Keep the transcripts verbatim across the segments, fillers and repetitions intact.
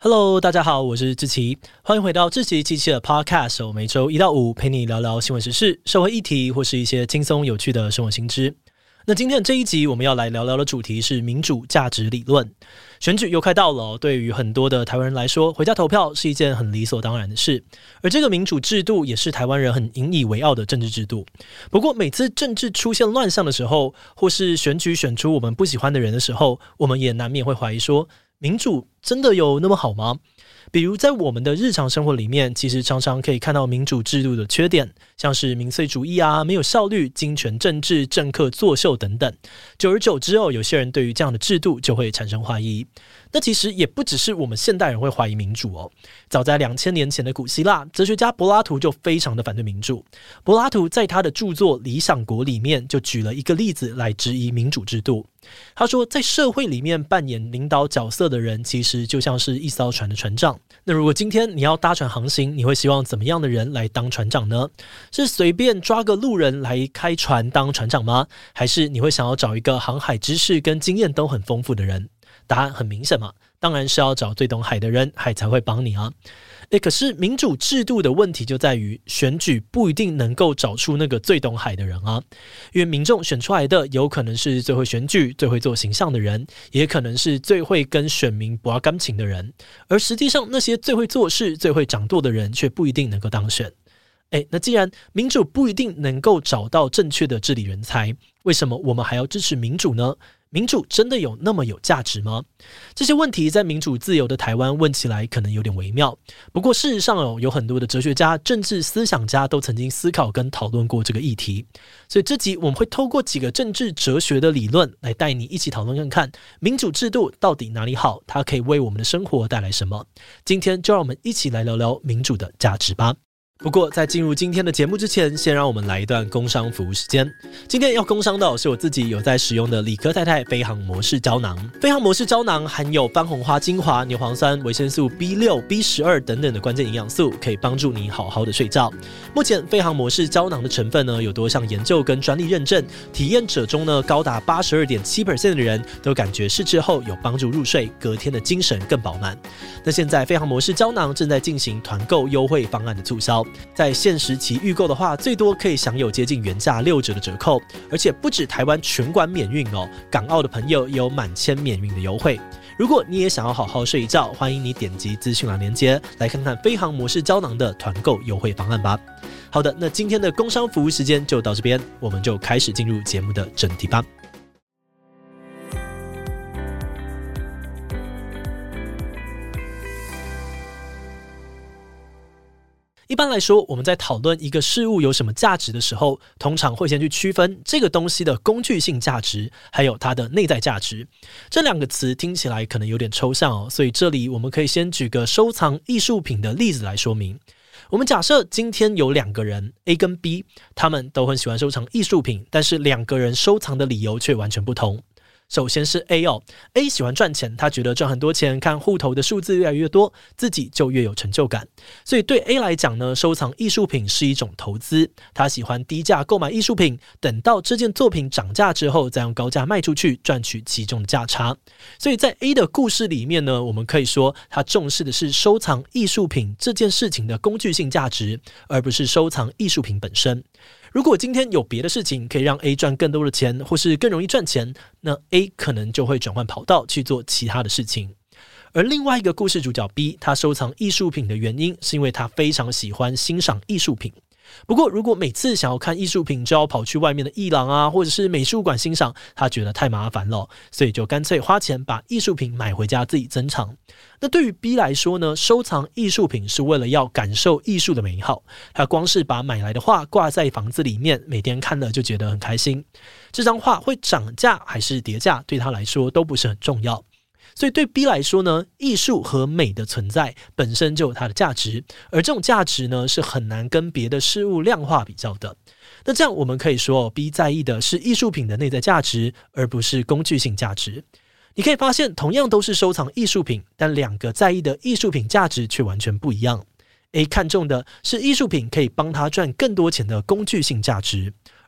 Hello， 大家好，我是志祺，欢迎回到志祺七七的 Podcast。我每周一到五陪你聊聊新闻时事、社会议题，或是一些轻松有趣的生活新知。那今天的这一集，我们要来聊聊的主题是民主价值理论。选举又快到了哦，对于很多的台湾人来说，回家投票是一件很理所当然的事。而这个民主制度也是台湾人很引以为傲的政治制度。不过，每次政治出现乱象的时候，或是选举选出我们不喜欢的人的时候，我们也难免会怀疑说，民主真的有那么好吗？比如在我们的日常生活里面，其实常常可以看到民主制度的缺点，像是民粹主义啊、没有效率、金权政治、政客作秀等等。久而久之哦，有些人对于这样的制度就会产生怀疑。那其实也不只是我们现代人会怀疑民主哦。早在两千年前的古希腊，哲学家柏拉图就非常的反对民主。柏拉图在他的著作《理想国》里面就举了一个例子来质疑民主制度。他说，在社会里面扮演领导角色的人，其实就像是一艘船的船长。那如果今天你要搭船航行，你会希望怎么样的人来当船长呢？是随便抓个路人来开船当船长吗？还是你会想要找一个航海知识跟经验都很丰富的人？答案很明显嘛，当然是要找最懂海的人，海才会帮你啊。诶，可是民主制度的问题就在于，选举不一定能够找出那个最懂海的人啊。因为民众选出来的有可能是最会选举、最会做形象的人，也可能是最会跟选民博感情的人，而实际上那些最会做事、最会掌舵的人却不一定能够当选。诶，那既然民主不一定能够找到正确的治理人才，为什么我们还要支持民主呢？民主真的有那么有价值吗？这些问题在民主自由的台湾问起来可能有点微妙，不过事实上、哦、有很多的哲学家、政治思想家都曾经思考跟讨论过这个议题。所以这集我们会透过几个政治哲学的理论来带你一起讨论看看民主制度到底哪里好，它可以为我们的生活带来什么。今天就让我们一起来聊聊民主的价值吧。不过在进入今天的节目之前，先让我们来一段工商服务时间。今天要工商的是我自己有在使用的理科太太飞航模式胶囊。飞航模式胶囊含有番红花精华、牛磺酸、维生素 B 六、B 十二 等等的关键营养素，可以帮助你好好的睡觉。目前飞航模式胶囊的成分呢有多项研究跟专利认证，体验者中呢高达 百分之八十二点七 的人都感觉试吃后有帮助入睡，隔天的精神更饱满。那现在飞航模式胶囊正在进行团购优惠方案的促销，在限时期预购的话，最多可以享有接近原价六折的折扣，而且不止台湾全馆免运哦，港澳的朋友也有满千免运的优惠。如果你也想要好好睡一觉，欢迎你点击资讯栏连结来看看飞航模式胶囊的团购优惠方案吧。好的，那今天的工商服务时间就到这边，我们就开始进入节目的正题吧。一般来说，我们在讨论一个事物有什么价值的时候，通常会先去区分这个东西的工具性价值，还有它的内在价值。这两个词听起来可能有点抽象哦，所以这里我们可以先举个收藏艺术品的例子来说明。我们假设今天有两个人 A 跟 B， 他们都很喜欢收藏艺术品，但是两个人收藏的理由却完全不同。首先是 A 哦 ，A 喜欢赚钱，他觉得赚很多钱，看户头的数字越来越多，自己就越有成就感。所以对 A 来讲呢，收藏艺术品是一种投资，他喜欢低价购买艺术品，等到这件作品涨价之后，再用高价卖出去，赚取其中的价差。所以在 A 的故事里面呢，我们可以说他重视的是收藏艺术品这件事情的工具性价值，而不是收藏艺术品本身。如果今天有别的事情可以让 A 赚更多的钱，或是更容易赚钱，那 A 可能就会转换跑道去做其他的事情。而另外一个故事主角 B， 他收藏艺术品的原因是因为他非常喜欢欣赏艺术品。不过如果每次想要看艺术品就要跑去外面的艺廊啊，或者是美术馆欣赏，他觉得太麻烦了，所以就干脆花钱把艺术品买回家自己珍藏。那对于 B 来说呢，收藏艺术品是为了要感受艺术的美好，他光是把买来的画挂在房子里面，每天看了就觉得很开心。这张画会涨价还是跌价，对他来说都不是很重要。所以对 B 来说呢，艺术和美的存在本身就有它的价值，而这种价值呢是很难跟别的事物量化比较的。那这样我们可以说 B 在意的是艺术品的内在价值，而不是工具性价值。你可以发现同样都是收藏艺术品，但两个在意的艺术品价值却完全不一样。A 看重的是艺术品可以帮他赚更多钱的工具性价值，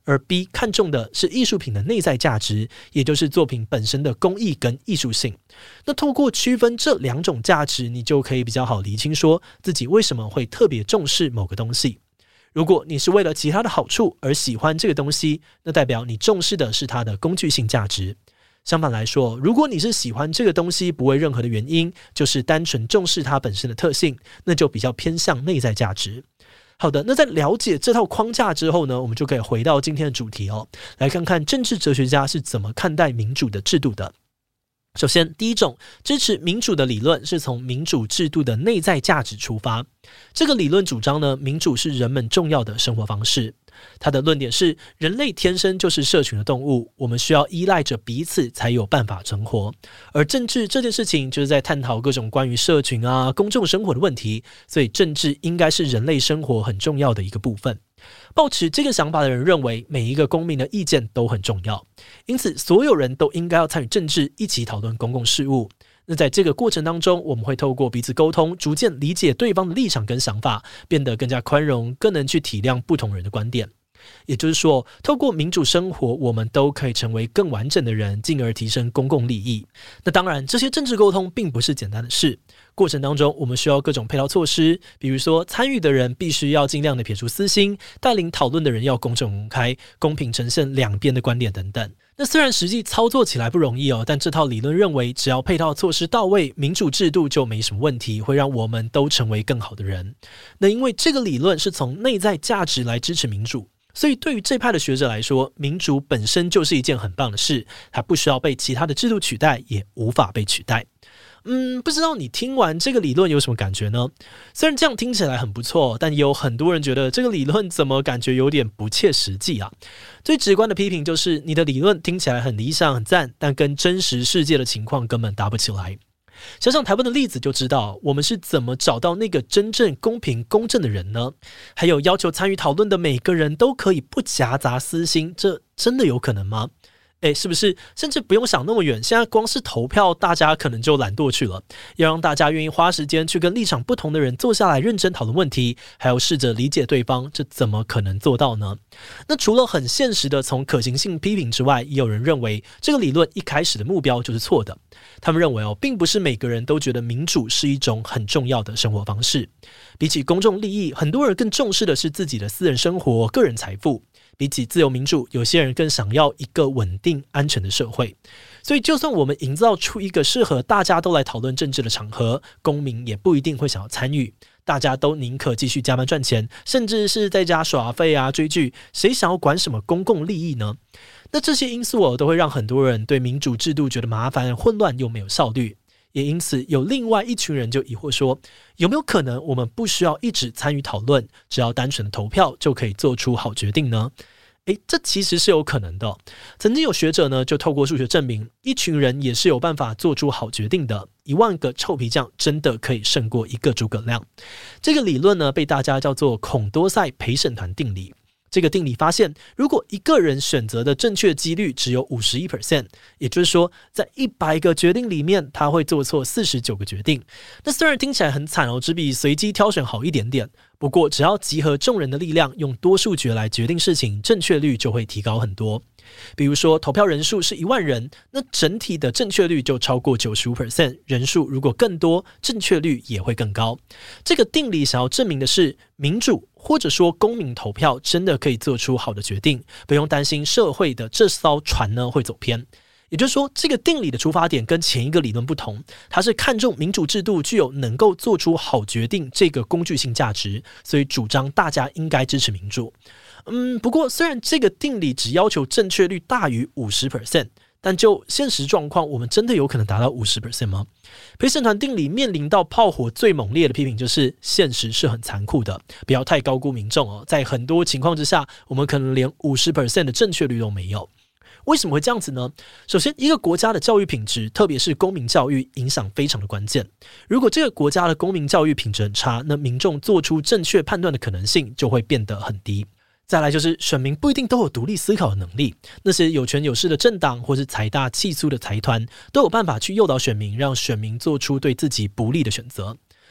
而 B 看重的是艺术品的内在价值，也就是作品本身的工艺跟艺术性。那透过区分这两种价值，你就可以比较好厘清说自己为什么会特别重视某个东西。如果你是为了其他的好处而喜欢这个东西，那代表你重视的是它的工具性价值。相反来说，如果你是喜欢这个东西不为任何的原因，就是单纯重视它本身的特性，那就比较偏向内在价值。好的，那在了解这套框架之后呢，我们就可以回到今天的主题哦，来看看政治哲学家是怎么看待民主的制度的。首先，第一种支持民主的理论是从民主制度的内在价值出发。这个理论主张呢，民主是人们重要的生活方式。他的论点是，人类天生就是社群的动物，我们需要依赖着彼此才有办法存活。而政治这件事情就是在探讨各种关于社群啊、公众生活的问题，所以政治应该是人类生活很重要的一个部分。抱持这个想法的人认为，每一个公民的意见都很重要，因此所有人都应该要参与政治，一起讨论公共事务。那在这个过程当中，我们会透过彼此沟通，逐渐理解对方的立场跟想法，变得更加宽容，更能去体谅不同人的观点。也就是说，透过民主生活，我们都可以成为更完整的人，进而提升公共利益。那当然，这些政治沟通并不是简单的事，过程当中我们需要各种配套措施，比如说参与的人必须要尽量的撇除私心，带领讨论的人要公正公开，公平呈现两边的观点等等。那虽然实际操作起来不容易哦，但这套理论认为，只要配套措施到位，民主制度就没什么问题，会让我们都成为更好的人。那因为这个理论是从内在价值来支持民主，所以对于这派的学者来说，民主本身就是一件很棒的事，它不需要被其他的制度取代，也无法被取代。嗯，不知道你听完这个理论有什么感觉呢？虽然这样听起来很不错，但也有很多人觉得这个理论怎么感觉有点不切实际啊。最直观的批评就是，你的理论听起来很理想很赞，但跟真实世界的情况根本搭不起来。想想台湾的例子就知道，我们是怎么找到那个真正公平公正的人呢？还有要求参与讨论的每个人都可以不夹杂私心，这真的有可能吗？诶，是不是甚至不用想那么远，现在光是投票大家可能就懒惰去了，要让大家愿意花时间去跟立场不同的人坐下来认真讨论问题，还要试着理解对方，这怎么可能做到呢？那除了很现实的从可行性批评之外，也有人认为这个理论一开始的目标就是错的。他们认为哦，并不是每个人都觉得民主是一种很重要的生活方式，比起公众利益，很多人更重视的是自己的私人生活、个人财富。比起自由民主，有些人更想要一个稳定安全的社会。所以就算我们营造出一个适合大家都来讨论政治的场合，公民也不一定会想要参与，大家都宁可继续加班赚钱，甚至是在家耍废啊追剧，谁想要管什么公共利益呢？那这些因素、哦、都会让很多人对民主制度觉得麻烦、混乱又没有效率。也因此有另外一群人就疑惑说，有没有可能我们不需要一直参与讨论，只要单纯的投票就可以做出好决定呢？诶，这其实是有可能的、哦。曾经有学者呢就透过数学证明，一群人也是有办法做出好决定的，一万个臭皮匠真的可以胜过一个诸葛亮。这个理论呢被大家叫做孔多塞陪审团定理。这个定理发现，如果一个人选择的正确几率只有 百分之五十一， 也就是说在一百个决定里面他会做错四十九个决定。那虽然听起来很惨哦，只比随机挑选好一点点，不过只要集合众人的力量，用多数决来决定事情，正确率就会提高很多。比如说投票人数是一万人，那整体的正确率就超过 百分之九十五， 人数如果更多，正确率也会更高。这个定理想要证明的是，民主或者说公民投票真的可以做出好的决定，不用担心社会的这艘船呢会走偏。也就是说，这个定理的出发点跟前一个理论不同，它是看重民主制度具有能够做出好决定这个工具性价值，所以主张大家应该支持民主。嗯，不过虽然这个定理只要求正确率大于 百分之五十， 但就现实状况，我们真的有可能达到 百分之五十 吗？陪审团定理面临到炮火最猛烈的批评就是现实是很残酷的，不要太高估民众哦。在很多情况之下，我们可能连 百分之五十 的正确率都没有。为什么会这样子呢？首先，一个国家的教育品质，特别是公民教育，影响非常的关键。如果这个国家的公民教育品质很差，那民众做出正确判断的可能性就会变得很低。再来就是选民不一定都有独立思考的能力，那些有权有势的政党或是财大气粗的财团都有办法去诱导选民，让选民做出对自己不利的选择。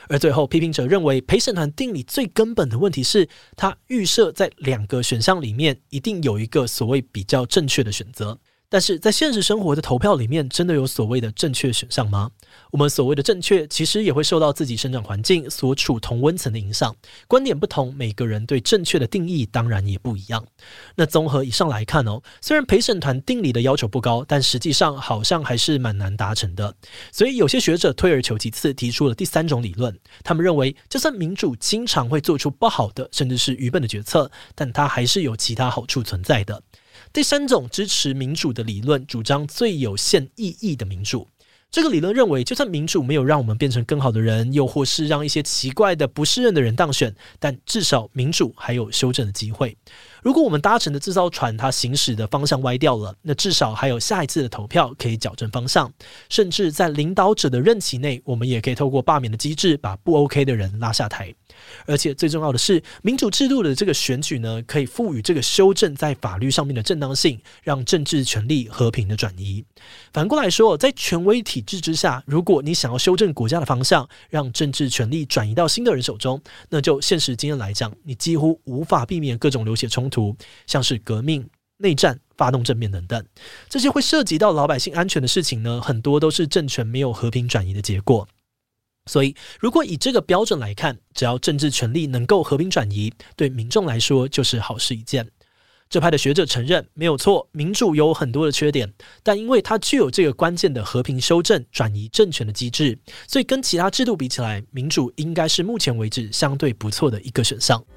而最后批评者认为陪审团定理最根本的问题是，它预设在两个选项里面一定有一个所谓比较正确的选择。但是在现实生活的投票里面，真的有所谓的正确选项吗？我们所谓的正确，其实也会受到自己生长环境所处同温层的影响。观点不同，每个人对正确的定义当然也不一样。那综合以上来看哦，虽然陪审团定理的要求不高，但实际上好像还是蛮难达成的。所以有些学者退而求其次，提出了第三种理论。他们认为，就算民主经常会做出不好的，甚至是愚笨的决策，但它还是有其他好处存在的。第三种支持民主的理论，主张最有限意义的民主。这个理论认为，就算民主没有让我们变成更好的人，又或是让一些奇怪的不适任的人当选，但至少民主还有修正的机会。如果我们搭乘的这艘船它行驶的方向歪掉了，那至少还有下一次的投票可以矫正方向。甚至在领导者的任期内，我们也可以透过罢免的机制把不 OK 的人拉下台。而且最重要的是，民主制度的这个选举呢，可以赋予这个修正在法律上面的正当性，让政治权力和平的转移。反过来说，在权威体制之下，如果你想要修正国家的方向，让政治权力转移到新的人手中，那就现实经验来讲，你几乎无法避免各种流血冲突，像是革命、内战、发动政变等等。这些会涉及到老百姓安全的事情呢，很多都是政权没有和平转移的结果。所以如果以这个标准来看，只要政治权力能够和平转移，对民众来说就是好事一件。这派的学者承认，没有错，民主有很多的缺点，但因为它具有这个关键的和平修正、转移政权的机制，所以跟其他制度比起来，民主应该是目前为止相对不错的一个选项。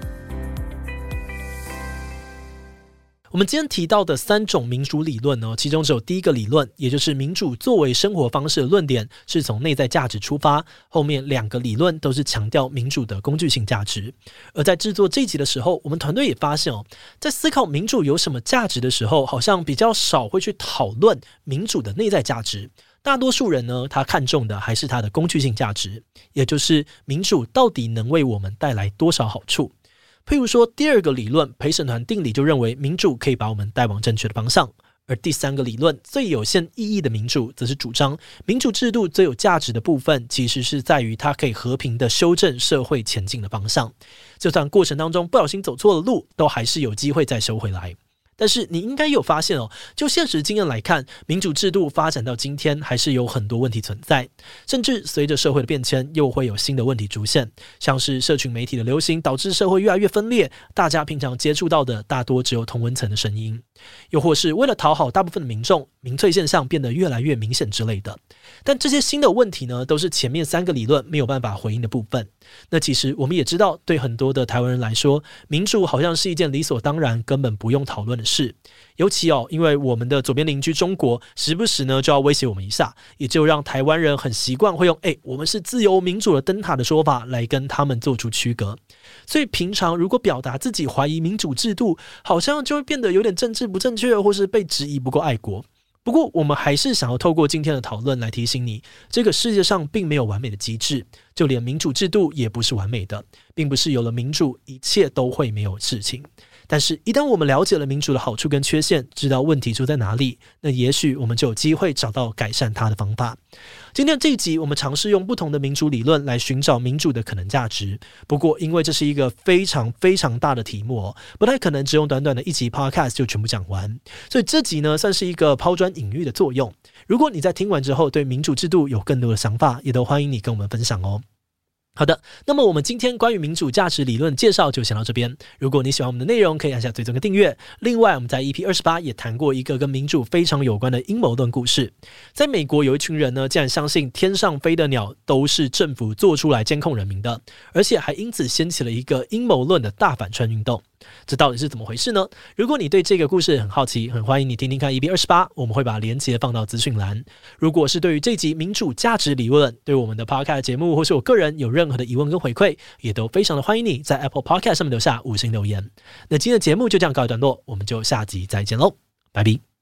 我们今天提到的三种民主理论呢，其中只有第一个理论，也就是民主作为生活方式的论点，是从内在价值出发，后面两个理论都是强调民主的工具性价值。而在制作这一集的时候，我们团队也发现哦，在思考民主有什么价值的时候，好像比较少会去讨论民主的内在价值。大多数人呢，他看重的还是它的工具性价值，也就是民主到底能为我们带来多少好处。譬如说，第二个理论陪审团定理就认为民主可以把我们带往正确的方向，而第三个理论最有限意义的民主则是主张民主制度最有价值的部分其实是在于它可以和平的修正社会前进的方向，就算过程当中不小心走错了路，都还是有机会再收回来。但是你应该有发现哦，就现实经验来看，民主制度发展到今天还是有很多问题存在，甚至随着社会的变迁又会有新的问题出现，像是社群媒体的流行导致社会越来越分裂，大家平常接触到的大多只有同温层的声音，又或是为了讨好大部分的民众，民粹现象变得越来越明显之类的。但这些新的问题呢，都是前面三个理论没有办法回应的部分。那其实我们也知道，对很多的台湾人来说，民主好像是一件理所当然根本不用讨论的事。尤其哦，因为我们的左边邻居中国时不时呢就要威胁我们一下，也就让台湾人很习惯会用诶，我们是自由民主的灯塔的说法来跟他们做出区隔。所以平常如果表达自己怀疑民主制度，好像就会变得有点政治不正确，或是被质疑不够爱国。不过我们还是想要透过今天的讨论来提醒你，这个世界上并没有完美的机制，就连民主制度也不是完美的，并不是有了民主一切都会没有事情。但是一旦我们了解了民主的好处跟缺陷，知道问题出在哪里，那也许我们就有机会找到改善它的方法。今天这一集我们尝试用不同的民主理论来寻找民主的可能价值，不过因为这是一个非常非常大的题目哦，不太可能只用短短的一集 podcast 就全部讲完，所以这集呢算是一个抛砖引玉的作用。如果你在听完之后对民主制度有更多的想法，也都欢迎你跟我们分享哦。好的，那么我们今天关于民主价值理论介绍就先到这边。如果你喜欢我们的内容，可以按下追踪跟订阅。另外，我们在 E P 二十八 也谈过一个跟民主非常有关的阴谋论故事。在美国有一群人呢，竟然相信天上飞的鸟都是政府做出来监控人民的，而且还因此掀起了一个阴谋论的大反串运动。这到底是怎么回事呢？如果你对这个故事很好奇，很欢迎你听听看 E P 二十八， 我们会把连结放到资讯栏。如果是对于这集民主价值理论，对我们的 Podcast 节目或是我个人有任何的疑问跟回馈，也都非常的欢迎你在 Apple Podcast 上面留下五星留言。那今天的节目就这样告一段落，我们就下集再见喽，拜拜。